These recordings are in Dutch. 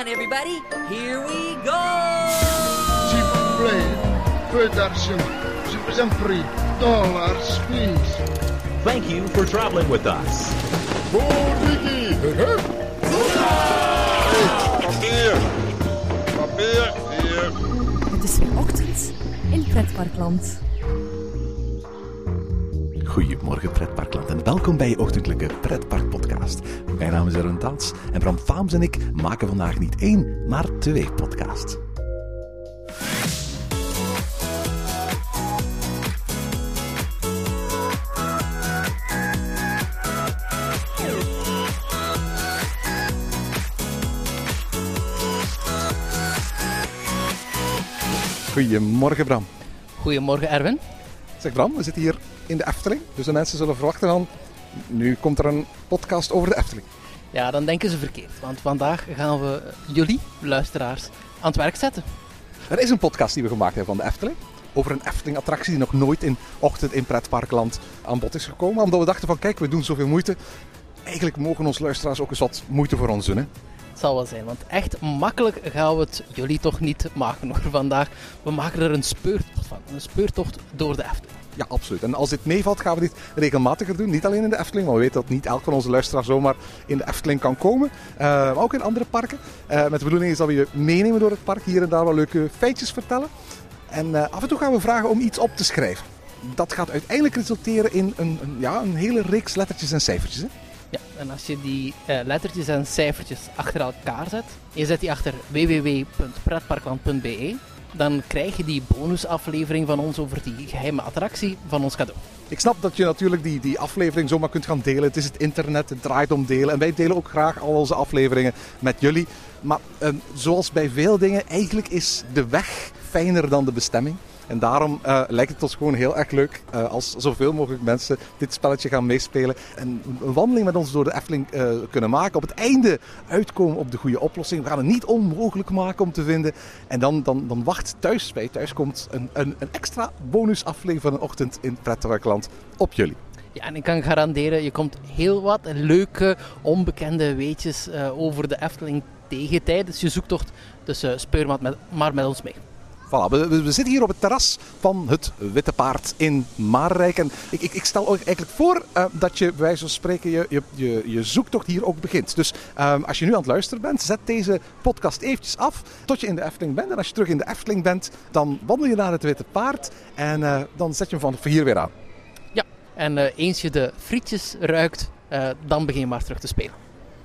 on, everybody. Here we go! S'il vous plaît, peu d'argent. Je vous en prie. Dollars, please. Thank you for traveling with us. Papier! Papier, hier. Het is weer ochtend in Pretparkland. Goedemorgen Pretparkland en welkom bij je ochtendelijke Pretparkpodcast. Mijn naam is Erwin Taats en Bram Faams en ik maken vandaag niet 1, maar 2 podcasts. Goedemorgen Bram. Goedemorgen Erwin. Zeg Bram, we zitten hier in de Efteling, dus de mensen zullen verwachten van nu komt er een podcast over de Efteling. Ja, dan denken ze verkeerd, want vandaag gaan we jullie, luisteraars, aan het werk zetten. Er is een podcast die we gemaakt hebben van de Efteling, over een Efteling-attractie die nog nooit in ochtend in Pretparkland aan bod is gekomen. Omdat we dachten van kijk, we doen zoveel moeite, eigenlijk mogen onze luisteraars ook eens wat moeite voor ons doen. Hè? Het zal wel zijn, want echt makkelijk gaan we het jullie toch niet maken hoor vandaag. We maken er een speurtocht van, een speurtocht door de Efteling. Ja, absoluut. En als dit meevalt, gaan we dit regelmatiger doen. Niet alleen in de Efteling, maar we weten dat niet elk van onze luisteraars zomaar in de Efteling kan komen. Maar ook in andere parken. Met de bedoeling is dat we je meenemen door het park. Hier en daar wel leuke feitjes vertellen. En af en toe gaan we vragen om iets op te schrijven. Dat gaat uiteindelijk resulteren in een hele reeks lettertjes en cijfertjes. Hè? Ja, en als je die lettertjes en cijfertjes achter elkaar zet, je zet die achter www.pretparkland.be, dan krijg je die bonusaflevering van ons over die geheime attractie van ons cadeau. Ik snap dat je natuurlijk die aflevering zomaar kunt gaan delen. Het is het internet, het draait om delen. En wij delen ook graag al onze afleveringen met jullie. Maar zoals bij veel dingen, eigenlijk is de weg fijner dan de bestemming. En daarom lijkt het ons gewoon heel erg leuk als zoveel mogelijk mensen dit spelletje gaan meespelen. En een wandeling met ons door de Efteling kunnen maken. Op het einde uitkomen op de goede oplossing. We gaan het niet onmogelijk maken om te vinden. En dan wacht thuis, bij thuis komt een extra bonusaflevering van een ochtend in Pretparkland op jullie. Ja, en ik kan garanderen, je komt heel wat leuke, onbekende weetjes over de Efteling tegen tijdens je zoektocht. Dus speur maar met ons mee. Voilà, we zitten hier op het terras van het Witte Paard in Marenrijk. En ik stel eigenlijk voor dat je bij wijze van spreken je zoektocht hier ook begint. Dus als je nu aan het luisteren bent, zet deze podcast eventjes af tot je in de Efteling bent. En als je terug in de Efteling bent, dan wandel je naar het Witte Paard en dan zet je hem van hier weer aan. Ja, en eens je de frietjes ruikt, dan begin je maar terug te spelen.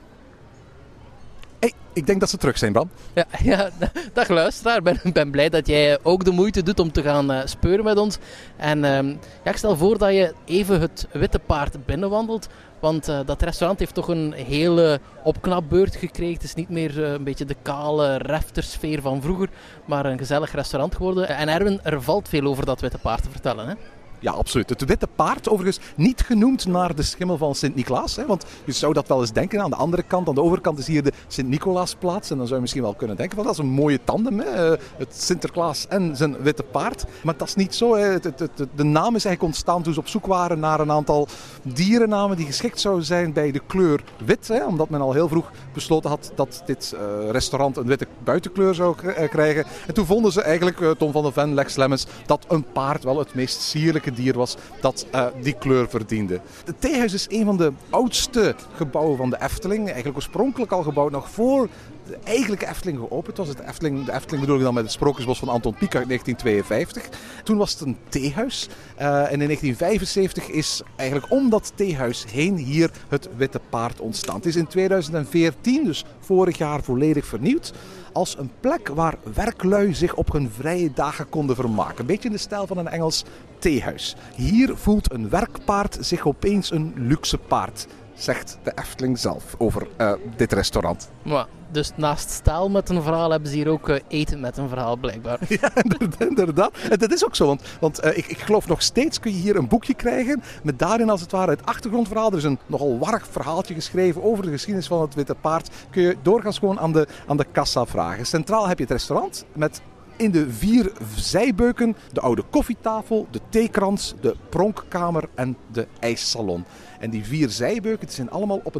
Hey, ik denk dat ze terug zijn, Bram. Ja, dag luisteraar. Ik ben blij dat jij ook de moeite doet om te gaan speuren met ons. En ik stel voor dat je even het Witte Paard binnenwandelt. Want dat restaurant heeft toch een hele opknapbeurt gekregen. Het is niet meer een beetje de kale reftersfeer van vroeger, maar een gezellig restaurant geworden. En Erwin, er valt veel over dat Witte Paard te vertellen, hè? Ja, absoluut. Het Witte Paard, overigens niet genoemd naar de schimmel van Sint-Niklaas. Hè, want je zou dat wel eens denken. Aan de andere kant, aan de overkant is hier de Sint-Nicolaasplaats. En dan zou je misschien wel kunnen denken van dat is een mooie tandem. Hè, het Sinterklaas en zijn Witte Paard. Maar dat is niet zo. Hè. De naam is eigenlijk ontstaan toen ze op zoek waren naar een aantal dierennamen die geschikt zouden zijn bij de kleur wit. Hè, omdat men al heel vroeg besloten had dat dit restaurant een witte buitenkleur zou krijgen. En toen vonden ze eigenlijk, Tom van de Ven, Lex Lemmens, dat een paard wel het meest sierlijke dier was dat die kleur verdiende. Het theehuis is een van de oudste gebouwen van de Efteling. Eigenlijk oorspronkelijk al gebouwd nog voor de eigenlijke Efteling geopend was. De Efteling bedoel ik dan met het Sprookjesbos van Anton Pieck uit 1952. Toen was het een theehuis. En in 1975 is eigenlijk om dat theehuis heen hier het Witte Paard ontstaan. Het is in 2014, dus vorig jaar, volledig vernieuwd. Als een plek waar werklui zich op hun vrije dagen konden vermaken. Een beetje in de stijl van een Engels theehuis. Hier voelt een werkpaard zich opeens een luxe paard, zegt de Efteling zelf over dit restaurant. Maar, dus naast staal met een verhaal hebben ze hier ook eten met een verhaal blijkbaar. Ja, inderdaad. En dat is ook zo, want ik geloof nog steeds kun je hier een boekje krijgen met daarin als het ware het achtergrondverhaal. Er is een nogal warrig verhaaltje geschreven over de geschiedenis van het Witte Paard. Kun je doorgaans gewoon aan de kassa vragen. Centraal heb je het restaurant met in de 4 zijbeuken de oude koffietafel, de theekrans, de pronkkamer en de ijssalon. En die 4 zijbeuken zijn allemaal op een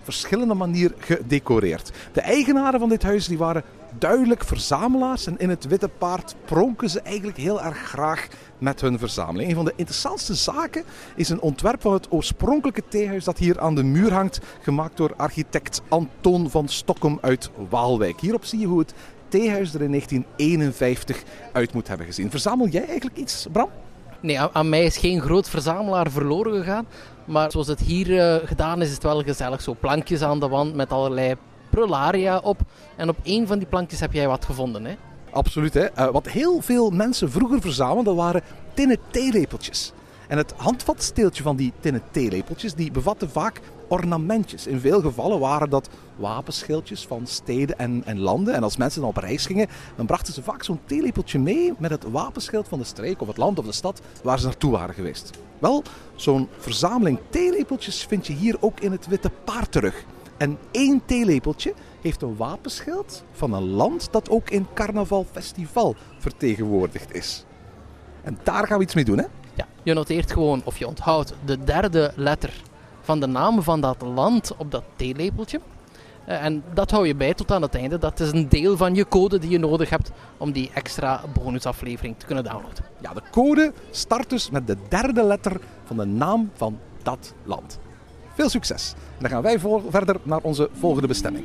verschillende manier gedecoreerd. De eigenaren van dit huis die waren duidelijk verzamelaars en in het Witte Paard pronken ze eigenlijk heel erg graag met hun verzameling. Een van de interessantste zaken is een ontwerp van het oorspronkelijke theehuis dat hier aan de muur hangt, gemaakt door architect Anton van Stokkum uit Waalwijk. Hierop zie je hoe het theehuis er in 1951 uit moet hebben gezien. Verzamel jij eigenlijk iets, Bram? Nee, aan mij is geen groot verzamelaar verloren gegaan. Maar zoals het hier gedaan is het wel gezellig. Zo plankjes aan de wand met allerlei prularia op. En op één van die plankjes heb jij wat gevonden, hè? Absoluut, hè. Wat heel veel mensen vroeger verzamelden waren tinnen theelepeltjes. En het handvatsteeltje van die tinnen theelepeltjes die bevatte vaak ornamentjes. In veel gevallen waren dat wapenschildjes van steden en landen. En als mensen dan op reis gingen, dan brachten ze vaak zo'n theelepeltje mee met het wapenschild van de streek of het land of de stad waar ze naartoe waren geweest. Wel, zo'n verzameling theelepeltjes vind je hier ook in het Witte Paard terug. En 1 theelepeltje heeft een wapenschild van een land dat ook in Carnaval Festival vertegenwoordigd is. En daar gaan we iets mee doen, hè? Ja, je noteert gewoon of je onthoudt de 3e letter van de naam van dat land op dat theelepeltje. En dat hou je bij tot aan het einde. Dat is een deel van je code die je nodig hebt om die extra bonusaflevering te kunnen downloaden. Ja, de code start dus met de 3e letter van de naam van dat land. Veel succes. En dan gaan wij verder naar onze volgende bestemming.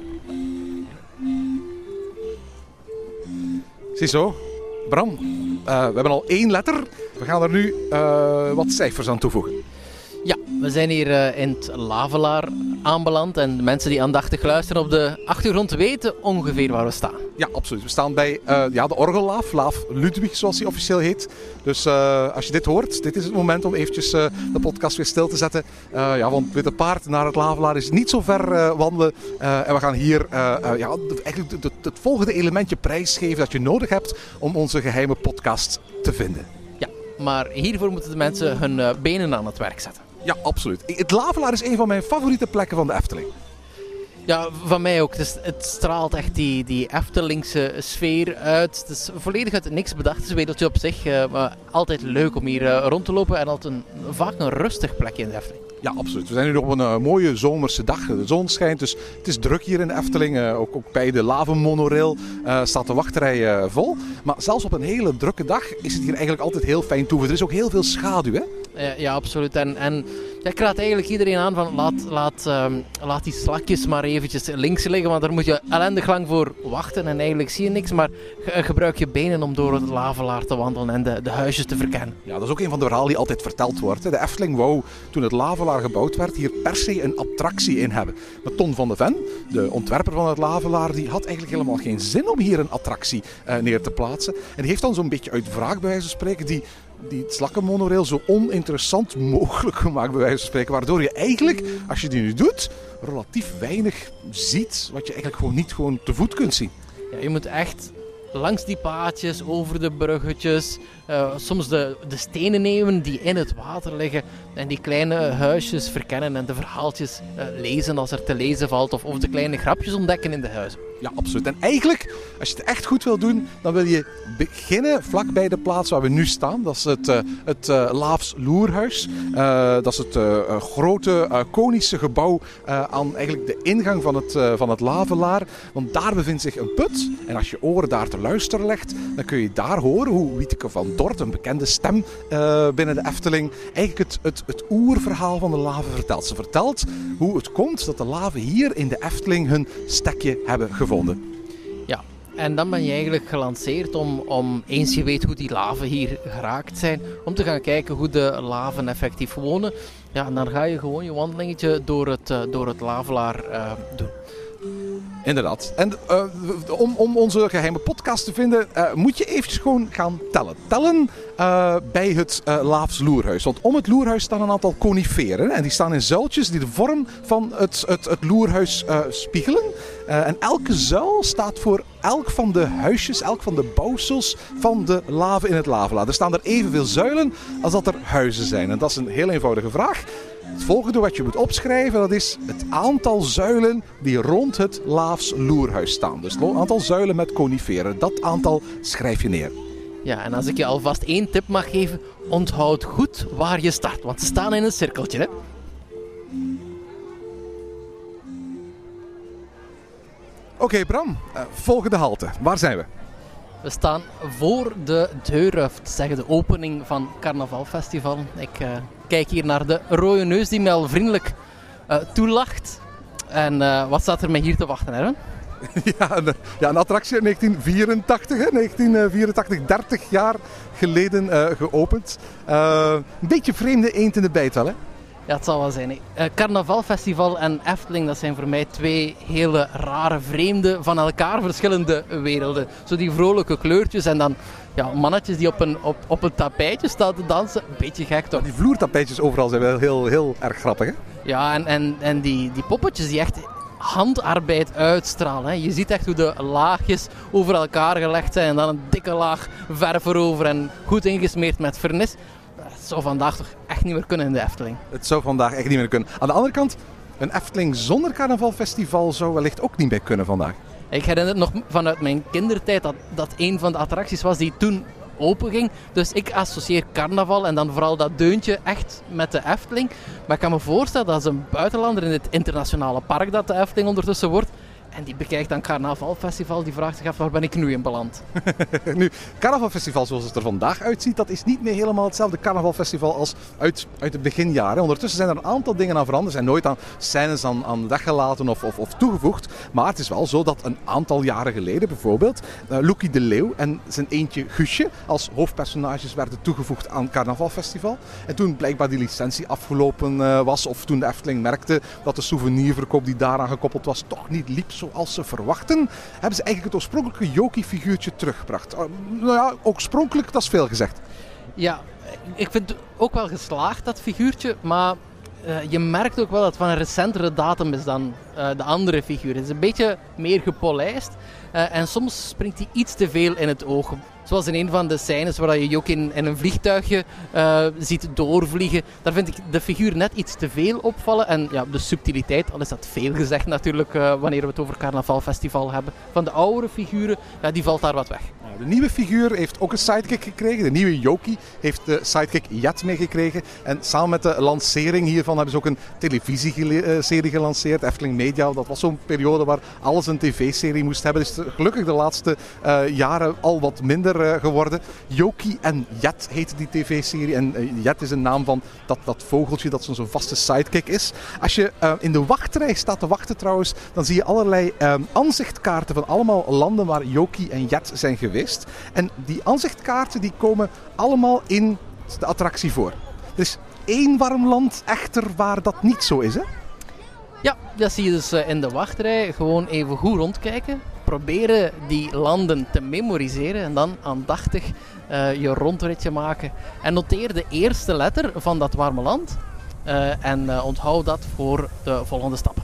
Ziezo, Bram, we hebben al 1 letter. We gaan er nu wat cijfers aan toevoegen. Ja, we zijn hier in het Lavelaar aanbeland en de mensen die aandachtig luisteren op de achtergrond weten ongeveer waar we staan. Ja, absoluut. We staan bij de orgellaaf, Laaf Ludwig zoals hij officieel heet. Dus als je dit hoort, dit is het moment om eventjes de podcast weer stil te zetten. Want Witte Paard naar het Lavelaar is niet zo ver wandelen. En we gaan hier eigenlijk het volgende elementje prijsgeven dat je nodig hebt om onze geheime podcast te vinden. Ja, maar hiervoor moeten de mensen hun benen aan het werk zetten. Ja, absoluut. Het Lavelaar is een van mijn favoriete plekken van de Efteling. Ja, van mij ook. Het straalt echt die Eftelingse sfeer uit. Het is volledig uit niks bedacht. Het is een wereldje op zich. Maar altijd leuk om hier rond te lopen. En altijd vaak een rustig plekje in de Efteling. Ja, absoluut. We zijn nu op een mooie zomerse dag. De zon schijnt, dus het is druk hier in de Efteling. Ook bij de Lavenmonorail staat de wachtrij vol. Maar zelfs op een hele drukke dag is het hier eigenlijk altijd heel fijn toeven. Er is ook heel veel schaduw, hè? Ja, absoluut. En ik raad eigenlijk iedereen aan van laat die slakjes maar eventjes links liggen, want daar moet je ellendig lang voor wachten en eigenlijk zie je niks, maar gebruik je benen om door het Lavelaar te wandelen en de huisjes te verkennen. Ja, dat is ook een van de verhalen die altijd verteld wordt. De Efteling wou, toen het Lavelaar gebouwd werd, hier per se een attractie in hebben. Maar Ton van de Ven, de ontwerper van het Lavelaar, die had eigenlijk helemaal geen zin om hier een attractie neer te plaatsen. En die heeft dan zo'n beetje uit wraak, bij wijze van spreken, die slakkenmonorail zo oninteressant mogelijk gemaakt, bij wijze van spreken. Waardoor je eigenlijk, als je die nu doet, relatief weinig ziet wat je eigenlijk gewoon te voet kunt zien. Ja, je moet echt langs die paadjes, over de bruggetjes, soms de stenen nemen die in het water liggen en die kleine huisjes verkennen en de verhaaltjes lezen als er te lezen valt of de kleine grapjes ontdekken in de huizen. Ja, absoluut. En eigenlijk, als je het echt goed wil doen, dan wil je beginnen vlakbij de plaats waar we nu staan. Dat is het Laafs Loerhuis. Dat is het grote konische gebouw aan eigenlijk de ingang van het Lavelaar. Want daar bevindt zich een put. En als je oren daar te luisteren legt, dan kun je daar horen hoe Wieteke van Dort, een bekende stem binnen de Efteling, eigenlijk het oerverhaal van de laven vertelt. Ze vertelt hoe het komt dat de laven hier in de Efteling hun stekje hebben gevonden. Ja, en dan ben je eigenlijk gelanceerd om eens je weet hoe die laven hier geraakt zijn, om te gaan kijken hoe de laven effectief wonen. Ja, en dan ga je gewoon je wandelingetje door het Lavelaar doen. Inderdaad. En om onze geheime podcast te vinden, moet je eventjes gewoon gaan tellen. Tellen bij het Laafs Loerhuis. Want om het loerhuis staan een aantal coniferen. En die staan in zuiltjes die de vorm van het loerhuis spiegelen. En elke zuil staat voor elk van de huisjes, elk van de bouwsels van de laven in het Lavelaar. Er staan er evenveel zuilen als dat er huizen zijn. En dat is een heel eenvoudige vraag. Het volgende wat je moet opschrijven, dat is het aantal zuilen die rond het Laafs Loerhuis staan. Dus het aantal zuilen met coniferen. Dat aantal schrijf je neer. Ja, en als ik je alvast 1 tip mag geven, onthoud goed waar je start. Want ze staan in een cirkeltje, hè? Oké, Bram, volgende halte. Waar zijn we? We staan voor de deur, of te zeggen de opening van Carnavalfestival. Ik kijk hier naar de rode neus die mij al vriendelijk toelacht. En wat staat er mij hier te wachten, Erwin? Een attractie uit 1984, hè? 1984, 30 jaar geleden geopend. Een beetje vreemde eend in de bijt wel, hè? Ja, het zal wel zijn. Carnavalfestival en Efteling, dat zijn voor mij twee hele rare, vreemde, van elkaar verschillende werelden. Zo die vrolijke kleurtjes en dan mannetjes die op een tapijtje staan te dansen. Een beetje gek toch? Die vloertapijtjes overal zijn wel heel, heel erg grappig, hè? Ja, en die poppetjes die echt handarbeid uitstralen. Hè. Je ziet echt hoe de laagjes over elkaar gelegd zijn en dan een dikke laag verf erover en goed ingesmeerd met vernis. Dat zou vandaag toch echt niet meer kunnen in de Efteling. Het zou vandaag echt niet meer kunnen. Aan de andere kant, een Efteling zonder carnavalfestival zou wellicht ook niet meer kunnen vandaag. Ik herinner het nog vanuit mijn kindertijd dat een van de attracties was die toen open ging. Dus ik associeer carnaval en dan vooral dat deuntje echt met de Efteling. Maar ik kan me voorstellen dat als een buitenlander in het internationale park dat de Efteling ondertussen wordt, en die bekijkt dan Carnavalfestival, die vraagt zich af, waar ben ik nu in beland? Nu, Carnavalfestival zoals het er vandaag uitziet, dat is niet meer helemaal hetzelfde Carnavalfestival als uit de beginjaren. Ondertussen zijn er een aantal dingen aan veranderd. Er zijn nooit aan scènes aan weggelaten of toegevoegd. Maar het is wel zo dat een aantal jaren geleden bijvoorbeeld Loekie de Leeuw en zijn eentje Guusje als hoofdpersonages werden toegevoegd aan Carnavalfestival. En toen blijkbaar die licentie afgelopen was, of toen de Efteling merkte dat de souvenirverkoop die daaraan gekoppeld was toch niet liep zoals ze verwachten, hebben ze eigenlijk het oorspronkelijke Jokie-figuurtje teruggebracht. Oorspronkelijk, dat is veel gezegd. Ja, ik vind het ook wel geslaagd, dat figuurtje, maar je merkt ook wel dat het van een recentere datum is dan de andere figuren. Het is een beetje meer gepolijst en soms springt hij iets te veel in het oog. Zoals in een van de scènes waar je Jokie in een vliegtuigje ziet doorvliegen. Daar vind ik de figuur net iets te veel opvallen. En ja, de subtiliteit, al is dat veel gezegd natuurlijk wanneer we het over Carnavalfestival hebben. Van de oudere figuren, die valt daar wat weg. De nieuwe figuur heeft ook een sidekick gekregen. De nieuwe Jokie heeft de sidekick Jet meegekregen. En samen met de lancering hiervan hebben ze ook een televisieserie gelanceerd. Efteling Media, dat was zo'n periode waar alles een tv-serie moest hebben. Dus gelukkig de laatste jaren al wat minder geworden. Jokie en Jet heette die tv-serie. En Jet is een naam van dat vogeltje dat zo'n vaste sidekick is. Als je in de wachtrij staat te wachten trouwens, dan zie je allerlei aanzichtkaarten van allemaal landen waar Jokie en Jet zijn geweest. En die aanzichtkaarten die komen allemaal in de attractie voor. Er is één warm land echter waar dat niet zo is, hè? Ja, dat zie je dus in de wachtrij. Gewoon even goed rondkijken. Proberen die landen te memoriseren en dan aandachtig je rondritje maken. En noteer de eerste letter van dat warme land en onthoud dat voor de volgende stap.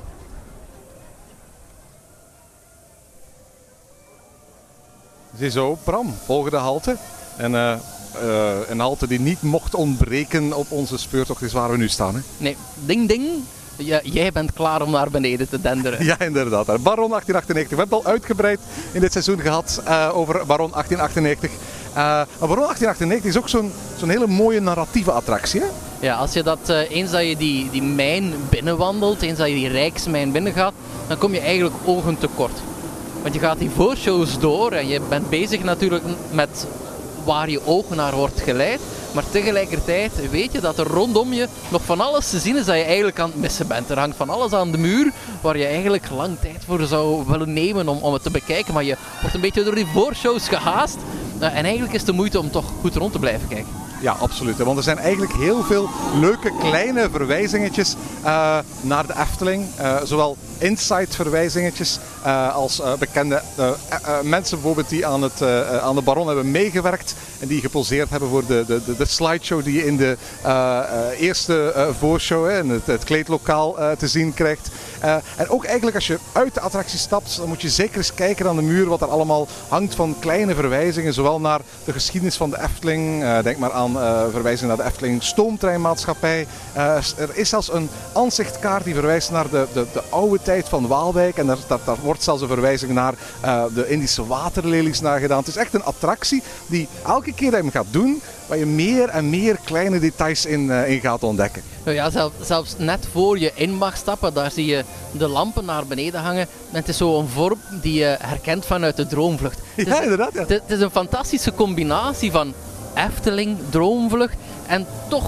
Ziezo, Bram, volgende halte. En een halte die niet mocht ontbreken op onze speurtocht is waar we nu staan. Hè? Nee, ding ding. Jij bent klaar om naar beneden te denderen. Ja, inderdaad. Baron 1898. We hebben het al uitgebreid in dit seizoen gehad over Baron 1898. Maar Baron 1898 is ook zo'n hele mooie narratieve attractie. Hè? Ja, als je dat eens dat je die mijn binnenwandelt, eens dat je die Rijksmijn binnengaat, dan kom je eigenlijk ogen tekort. Want je gaat die voorshows door en je bent bezig natuurlijk met waar je oog naar wordt geleid. Maar tegelijkertijd weet je dat er rondom je nog van alles te zien is dat je eigenlijk aan het missen bent. Er hangt van alles aan de muur waar je eigenlijk lang tijd voor zou willen nemen om het te bekijken. Maar je wordt een beetje door die voorshows gehaast. En eigenlijk is het de moeite om toch goed rond te blijven kijken. Ja, absoluut. Want er zijn eigenlijk heel veel leuke kleine verwijzingetjes naar de Efteling. Zowel inside verwijzingetjes als bekende mensen bijvoorbeeld die aan de Baron hebben meegewerkt. En die geposeerd hebben voor de slideshow die je in de eerste voorshow in het kleedlokaal te zien krijgt. En ook eigenlijk als je uit de attractie stapt, dan moet je zeker eens kijken aan de muur wat er allemaal hangt van kleine verwijzingen. Zowel naar de geschiedenis van de Efteling, denk maar aan verwijzingen naar de Efteling Stoomtreinmaatschappij. Er is zelfs een aanzichtkaart die verwijst naar de oude tijd tijd van Waalwijk. En daar wordt zelfs een verwijzing naar de Indische waterlelies naar gedaan. Het is echt een attractie die elke keer dat je hem gaat doen, waar je meer en meer kleine details in gaat ontdekken. Nou ja, zelfs net voor je in mag stappen, daar zie je de lampen naar beneden hangen. En het is zo'n vorm die je herkent vanuit de Droomvlucht. Ja, inderdaad. Ja. Het is een fantastische combinatie van Efteling, Droomvlucht en toch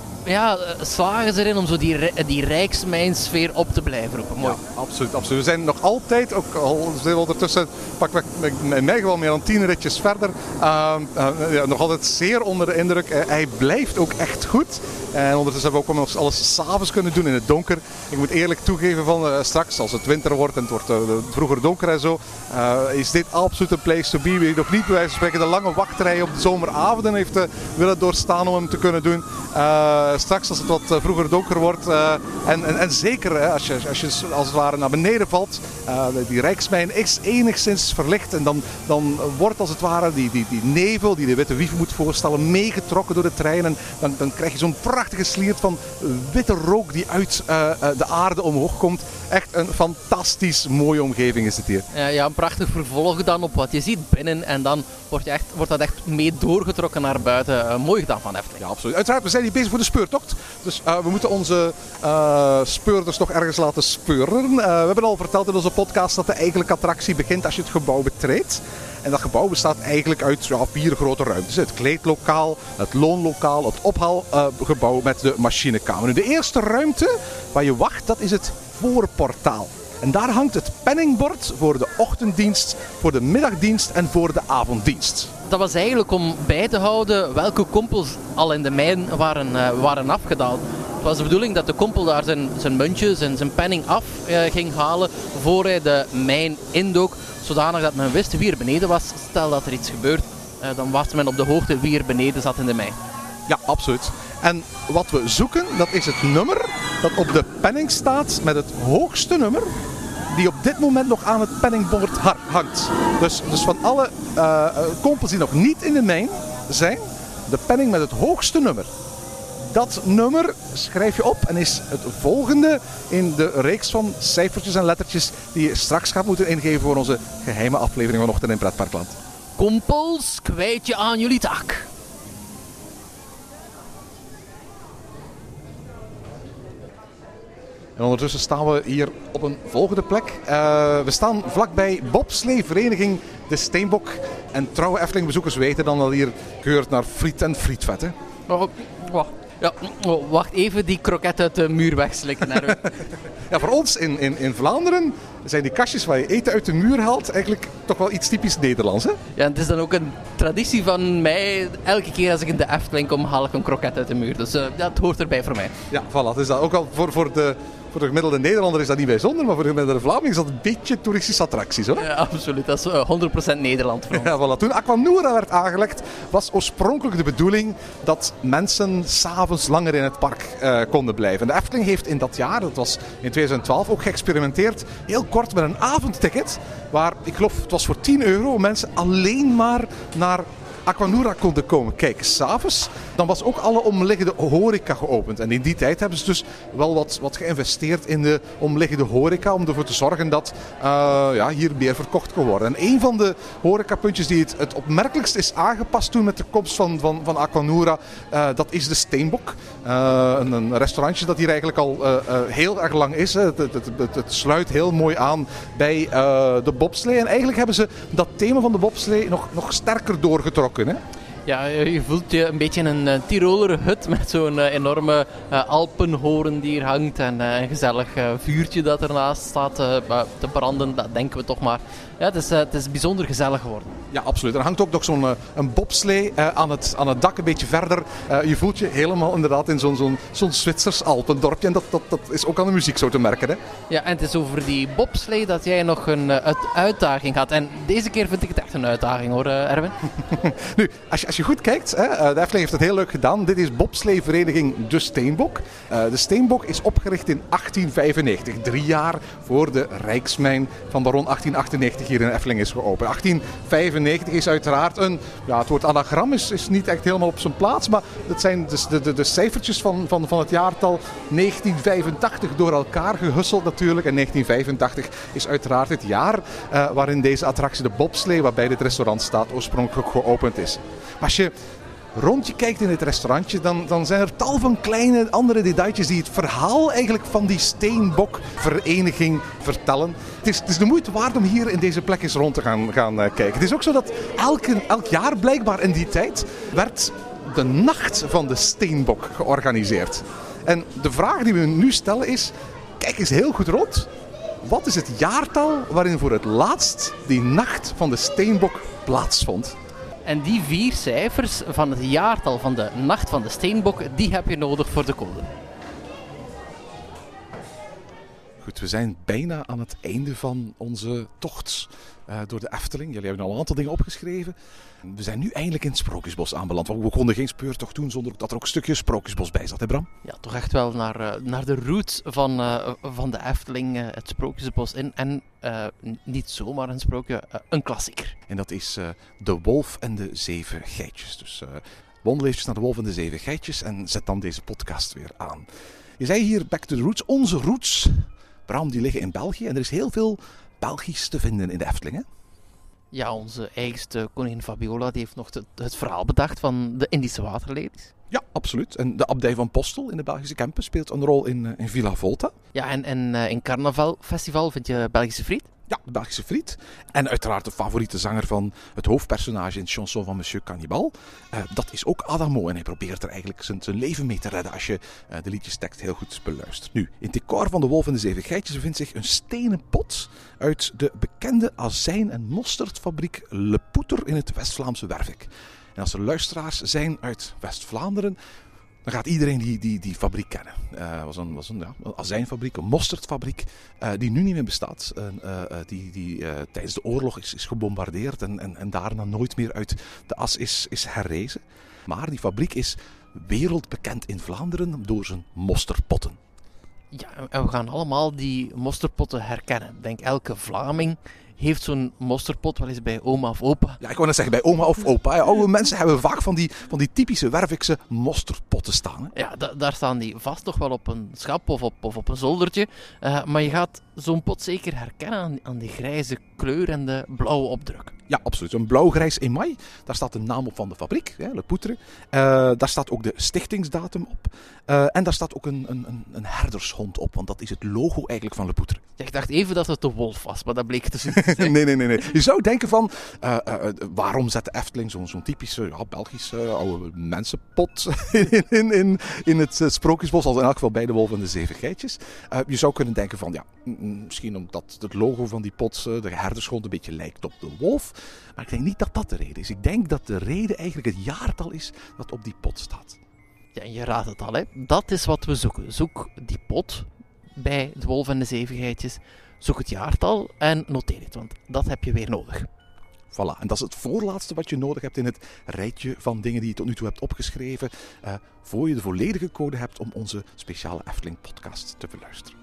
slagen ze erin om zo die rijksmijnsfeer op te blijven roepen. Mooi. Ja, absoluut, absoluut. We zijn nog altijd, ook al zijn we ondertussen pakweg in mijn geval meer dan 10 ritjes verder, nog altijd zeer onder de indruk. Hij blijft ook echt goed. En ondertussen hebben we ook nog alles 's avonds kunnen doen in het donker. Ik moet eerlijk toegeven van straks, als het winter wordt en het wordt vroeger donker en zo, is dit absoluut een place to be. Wie nog niet bij wijze van spreken de lange wachtrij op de zomeravonden heeft willen doorstaan om hem te kunnen doen. Straks als het wat vroeger donker wordt en zeker als je als het ware naar beneden valt, die Rijksmijn is enigszins verlicht en dan wordt als het ware die nevel die de Witte Wieven moet voorstellen meegetrokken door de trein en dan krijg je zo'n prachtige sliert van witte rook die uit de aarde omhoog komt. Echt een fantastisch mooie omgeving is het hier. Ja, een prachtig vervolg dan op wat je ziet binnen en dan wordt dat echt mee doorgetrokken naar buiten. Mooi gedaan van Efteling. Ja, absoluut. Uiteraard, we zijn hier bezig voor de speurtocht. Dus we moeten onze speurders nog ergens laten speuren. We hebben al verteld in onze podcast dat de eigenlijke attractie begint als je het gebouw betreedt. En dat gebouw bestaat eigenlijk uit 4 grote ruimtes. Het kleedlokaal, het loonlokaal, het ophaalgebouw met de machinekamer. Nu, de eerste ruimte waar je wacht, dat is het voorportaal. En daar hangt het penningbord voor de ochtenddienst, voor de middagdienst en voor de avonddienst. Dat was eigenlijk om bij te houden welke kompels al in de mijn waren afgedaald. Het was de bedoeling dat de kompel daar zijn muntje, zijn penning af ging halen voor hij de mijn indook. Zodanig dat men wist wie er beneden was. Stel dat er iets gebeurt, dan was men op de hoogte wie er beneden zat in de mijn. Ja, absoluut. En wat we zoeken, dat is het nummer dat op de penning staat met het hoogste nummer die op dit moment nog aan het penningbord hangt. Dus van alle kompels die nog niet in de mijn zijn, de penning met het hoogste nummer. Dat nummer schrijf je op en is het volgende in de reeks van cijfertjes en lettertjes die je straks gaat moeten ingeven voor onze geheime aflevering vanochtend in Pretparkland. Kompels, kwijt je aan jullie taak. En ondertussen staan we hier op een volgende plek. We staan vlakbij bobsleevereniging De Steenbok. En trouwe Efteling-bezoekers weten dan al hier keurt naar friet en frietvet. Hè? Wacht even, die kroket uit de muur wegslikken. Ja, voor ons in Vlaanderen zijn die kastjes waar je eten uit de muur haalt eigenlijk toch wel iets typisch Nederlands. Hè? Ja, het is dan ook een traditie van mij. Elke keer als ik in de Efteling kom, haal ik een kroket uit de muur. Dus dat hoort erbij voor mij. Ja, voilà. Dus dat ook al voor de gemiddelde Nederlander is dat niet bijzonder, maar voor de gemiddelde Vlaming is dat een beetje toeristische attracties, hoor. Ja, absoluut. Dat is 100% Nederland voor ons. Ja, voilà. Toen Aquanura werd aangelegd, was oorspronkelijk de bedoeling dat mensen 's avonds langer in het park konden blijven. En de Efteling heeft in dat jaar, dat was in 2012, ook geëxperimenteerd, heel kort met een avondticket, waar, ik geloof, het was voor €10, mensen alleen maar naar Aquanura konden komen kijken 's avonds. Dan was ook alle omliggende horeca geopend. En in die tijd hebben ze dus wel wat geïnvesteerd in de omliggende horeca om ervoor te zorgen dat hier meer verkocht kon worden. En een van de horecapuntjes die het opmerkelijkst is aangepast toen met de komst van Aquanura, dat is de Steenbok. Een restaurantje dat hier eigenlijk al heel erg lang is. Hè. Het sluit heel mooi aan bij de bobslee. En eigenlijk hebben ze dat thema van de bobslee nog sterker doorgetrokken. Hè? Ja, je voelt je een beetje een Tiroler hut met zo'n enorme alpenhoren die hier hangt en een gezellig vuurtje dat ernaast staat te branden, dat denken we toch maar. Ja, het is bijzonder gezellig geworden. Ja, absoluut. Er hangt ook nog zo'n bobslee aan het dak een beetje verder. Je voelt je helemaal inderdaad in zo'n Zwitsers Alpendorpje en dat is ook aan de muziek zo te merken. Hè? Ja, en het is over die bobslee dat jij nog een uitdaging had. En deze keer vind ik het echt een uitdaging hoor, Erwin. Nu, als je als je goed kijkt, de Efteling heeft het heel leuk gedaan. Dit is bobsleevereniging De Steenbok. De Steenbok is opgericht in 1895, 3 jaar voor de Rijksmijn van baron 1898 hier in Efteling is geopend. 1895 is uiteraard het woord anagram is niet echt helemaal op zijn plaats, maar dat zijn de cijfertjes van het jaartal 1985 door elkaar gehusseld natuurlijk. En 1985 is uiteraard het jaar waarin deze attractie, de bobslee, waarbij dit restaurant staat, oorspronkelijk geopend is. Maar als je rond je kijkt in het restaurantje, dan zijn er tal van kleine andere detailtjes die het verhaal eigenlijk van die Steenbokvereniging vertellen. Het is de moeite waard om hier in deze plek eens rond te gaan kijken. Het is ook zo dat elk jaar blijkbaar in die tijd werd de Nacht van de Steenbok georganiseerd. En de vraag die we nu stellen is, kijk eens heel goed rond. Wat is het jaartal waarin voor het laatst die Nacht van de Steenbok plaatsvond? En die 4 cijfers van het jaartal van de Nacht van de Steenbok, die heb je nodig voor de code. Goed, we zijn bijna aan het einde van onze tocht door de Efteling. Jullie hebben al een aantal dingen opgeschreven. We zijn nu eindelijk in het Sprookjesbos aanbeland. Want we konden geen speurtocht doen zonder dat er ook een stukje Sprookjesbos bij zat, hè Bram? Ja, toch echt wel naar de route van de Efteling, het Sprookjesbos in. En niet zomaar een sprookje, een klassieker. En dat is De Wolf en de 7 Geitjes. Dus wandel eventjes naar De Wolf en de 7 Geitjes en zet dan deze podcast weer aan. Je zei hier back to the roots. Onze roots, Bram, die liggen in België. En er is heel veel Belgisch te vinden in de Efteling, hè? Ja, onze eigenste koningin Fabiola die heeft nog het verhaal bedacht van de Indische waterlelies. Ja, absoluut. En de abdij van Postel in de Belgische Kempen speelt een rol in Villa Volta. Ja, en in Carnavalfestival vind je Belgische friet. Ja, de Belgische friet. En uiteraard de favoriete zanger van het hoofdpersonage in de chanson van Monsieur Cannibal. Dat is ook Adamo. En hij probeert er eigenlijk zijn leven mee te redden als je de liedjestekst heel goed beluistert. Nu, in het decor van De Wolf en de 7 Geitjes bevindt zich een stenen pot uit de bekende azijn- en mosterdfabriek Le Poutre in het West-Vlaamse Wervik. En als er luisteraars zijn uit West-Vlaanderen, dan gaat iedereen die fabriek kennen. Het was een azijnfabriek, een mosterdfabriek, die nu niet meer bestaat. Die tijdens de oorlog is gebombardeerd en daarna nooit meer uit de as is herrezen. Maar die fabriek is wereldbekend in Vlaanderen door zijn mosterdpotten. Ja, en we gaan allemaal die mosterdpotten herkennen. Ik denk elke Vlaming heeft zo'n mosterdpot wel eens bij oma of opa. Ja, ik wou net zeggen, bij oma of opa. Ja, oude mensen hebben vaak van die typische Wervikse mosterdpotten staan. Hè? Ja, daar staan die vast nog wel op een schap of op een zoldertje. Maar je gaat zo'n pot zeker herkennen aan die grijze kleur en de blauwe opdruk. Ja, absoluut. Een blauw-grijs email. Daar staat de naam op van de fabriek, Le Poutre. Daar staat ook de stichtingsdatum op. En daar staat ook een herdershond op, want dat is het logo eigenlijk van Le Poutre. Ja, ik dacht even dat het de wolf was, maar dat bleek dus niet. Nee. Je zou denken van, waarom zet de Efteling zo'n typische Belgische oude mensenpot in het Sprookjesbos, als in elk geval bij De Wolf en de 7 Geitjes. Je zou kunnen denken van, ja, misschien omdat het logo van die pot, de herdershond, een beetje lijkt op de wolf. Maar ik denk niet dat dat de reden is. Ik denk dat de reden eigenlijk het jaartal is dat op die pot staat. Ja, en je raadt het al, hè. Dat is wat we zoeken. Zoek die pot bij De Wolf en de 7 Geitjes. Zoek het jaartal en noteer het, want dat heb je weer nodig. Voilà, en dat is het voorlaatste wat je nodig hebt in het rijtje van dingen die je tot nu toe hebt opgeschreven, voor je de volledige code hebt om onze speciale Efteling-podcast te beluisteren.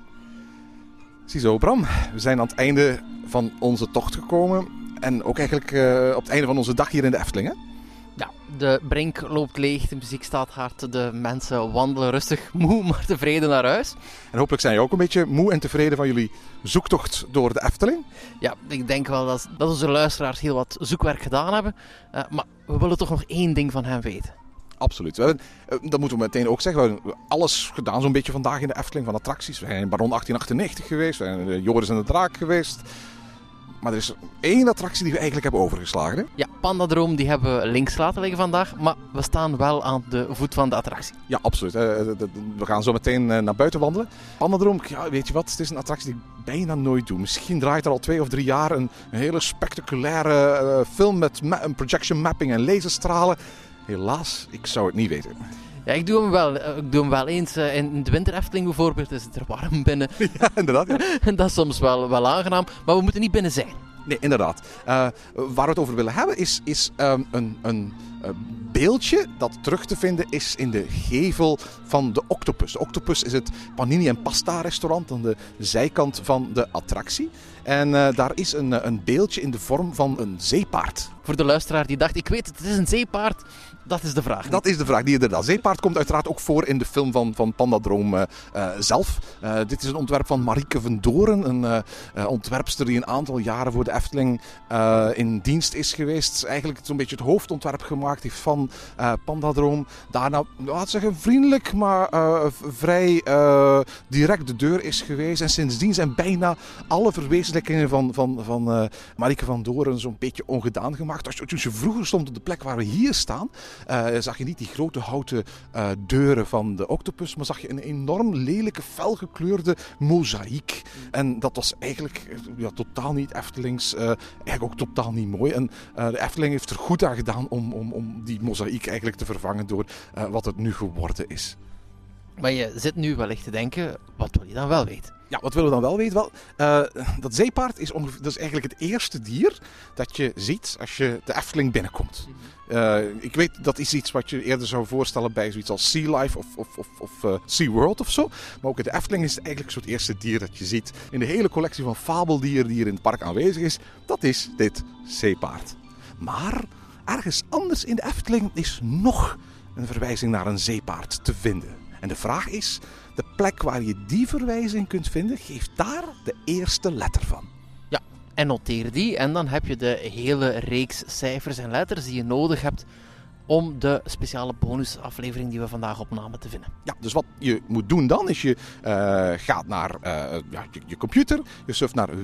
Ziezo, Bram, we zijn aan het einde van onze tocht gekomen en ook eigenlijk op het einde van onze dag hier in de Efteling, hè? Ja, de brink loopt leeg, de muziek staat hard, de mensen wandelen rustig, moe maar tevreden naar huis. En hopelijk zijn jullie ook een beetje moe en tevreden van jullie zoektocht door de Efteling. Ja, ik denk wel dat onze luisteraars heel wat zoekwerk gedaan hebben, maar we willen toch nog één ding van hen weten. Absoluut. Dat moeten we meteen ook zeggen. We hebben alles gedaan zo'n beetje vandaag in de Efteling van attracties. We zijn in Baron 1898 geweest, we zijn in Joris en de Draak geweest. Maar er is één attractie die we eigenlijk hebben overgeslagen. Hè? Ja, Pandadroom die hebben we links laten liggen vandaag, maar we staan wel aan de voet van de attractie. Ja, absoluut. We gaan zo meteen naar buiten wandelen. Pandadroom, ja, weet je wat, het is een attractie die ik bijna nooit doe. Misschien draait er al 2 of 3 jaar een hele spectaculaire film met een projection mapping en laserstralen. Helaas, ik zou het niet weten. Ja, ik doe hem wel eens in de winter Efteling bijvoorbeeld. Is het er warm binnen. Ja, inderdaad. Ja. En dat is soms wel aangenaam. Maar we moeten niet binnen zijn. Nee, inderdaad. Waar we het over willen hebben is een beeldje dat terug te vinden is in de gevel van de Octopus. De Octopus is het panini- en pasta-restaurant aan de zijkant van de attractie. En daar is een beeldje in de vorm van een zeepaard. Voor de luisteraar die dacht, ik weet het is een zeepaard. Dat is de vraag. Dat is de vraag, inderdaad. Zeepaard komt uiteraard ook voor in de film van Pandadroom zelf. Dit is een ontwerp van Marieke van Doren, een ontwerpster die een aantal jaren voor de Efteling in dienst is geweest. Eigenlijk zo'n beetje het hoofdontwerp gemaakt heeft van Pandadroom. Daarna, laat ik zeggen, vriendelijk, maar vrij direct de deur is geweest. En sindsdien zijn bijna alle verwezenlijkingen van Marieke van Doren zo'n beetje ongedaan gemaakt. Toen je vroeger stond op de plek waar we hier staan, zag je niet die grote houten deuren van de Octopus, maar zag je een enorm lelijke, felgekleurde mozaïek. En dat was eigenlijk totaal niet Eftelings, eigenlijk ook totaal niet mooi. En de Efteling heeft er goed aan gedaan om die mozaïek eigenlijk te vervangen door wat het nu geworden is. Maar je zit nu wellicht te denken, wat wil je dan wel weten? Ja, wat willen we dan wel weten? Wel, dat zeepaard is, dat is eigenlijk het eerste dier dat je ziet als je de Efteling binnenkomt. Ik weet, dat is iets wat je eerder zou voorstellen bij zoiets als Sea Life of SeaWorld of zo. Maar ook in de Efteling is het eigenlijk zo het eerste dier dat je ziet in de hele collectie van fabeldieren die hier in het park aanwezig is. Dat is dit zeepaard. Maar ergens anders in de Efteling is nog een verwijzing naar een zeepaard te vinden. En de vraag is, de plek waar je die verwijzing kunt vinden, geeft daar de eerste letter van. Ja, en noteer die en dan heb je de hele reeks cijfers en letters die je nodig hebt om de speciale bonusaflevering die we vandaag opnamen te vinden. Ja, dus wat je moet doen dan is je gaat naar je computer, je surft naar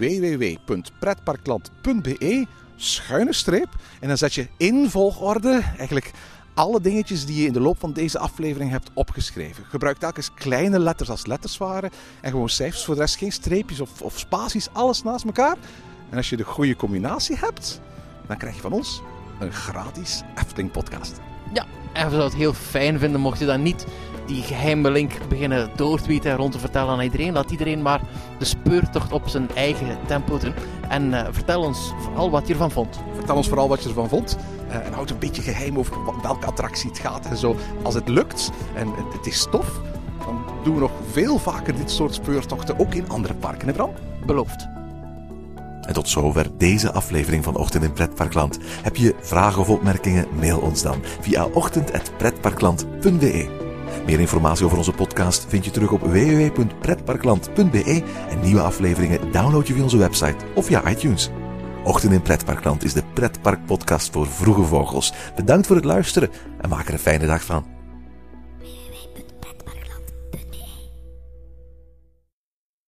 www.pretparkland.be/. En dan zet je in volgorde eigenlijk alle dingetjes die je in de loop van deze aflevering hebt opgeschreven. Gebruik telkens kleine letters als letters waren en gewoon cijfers. Voor de rest geen streepjes of spaties, alles naast elkaar. En als je de goede combinatie hebt, dan krijg je van ons een gratis Efteling podcast. Ja, en we zouden het heel fijn vinden mocht je dan niet die geheime link beginnen doortweeten en rond te vertellen aan iedereen. Laat iedereen maar de speurtocht op zijn eigen tempo doen. En vertel ons vooral wat je ervan vond. Vertel ons vooral wat je ervan vond. En houd een beetje geheim over welke attractie het gaat en zo. Als het lukt en het is tof, dan doen we nog veel vaker dit soort speurtochten ook in andere parken, hè Bram? Beloofd. En tot zover deze aflevering van Ochtend in Pretparkland. Heb je vragen of opmerkingen? Mail ons dan via ochtend@pretparkland.be. Meer informatie over onze podcast vind je terug op www.pretparkland.be en nieuwe afleveringen download je via onze website of via iTunes. Ochtend in Pretparkland is de pretparkpodcast voor vroege vogels. Bedankt voor het luisteren en maak er een fijne dag van.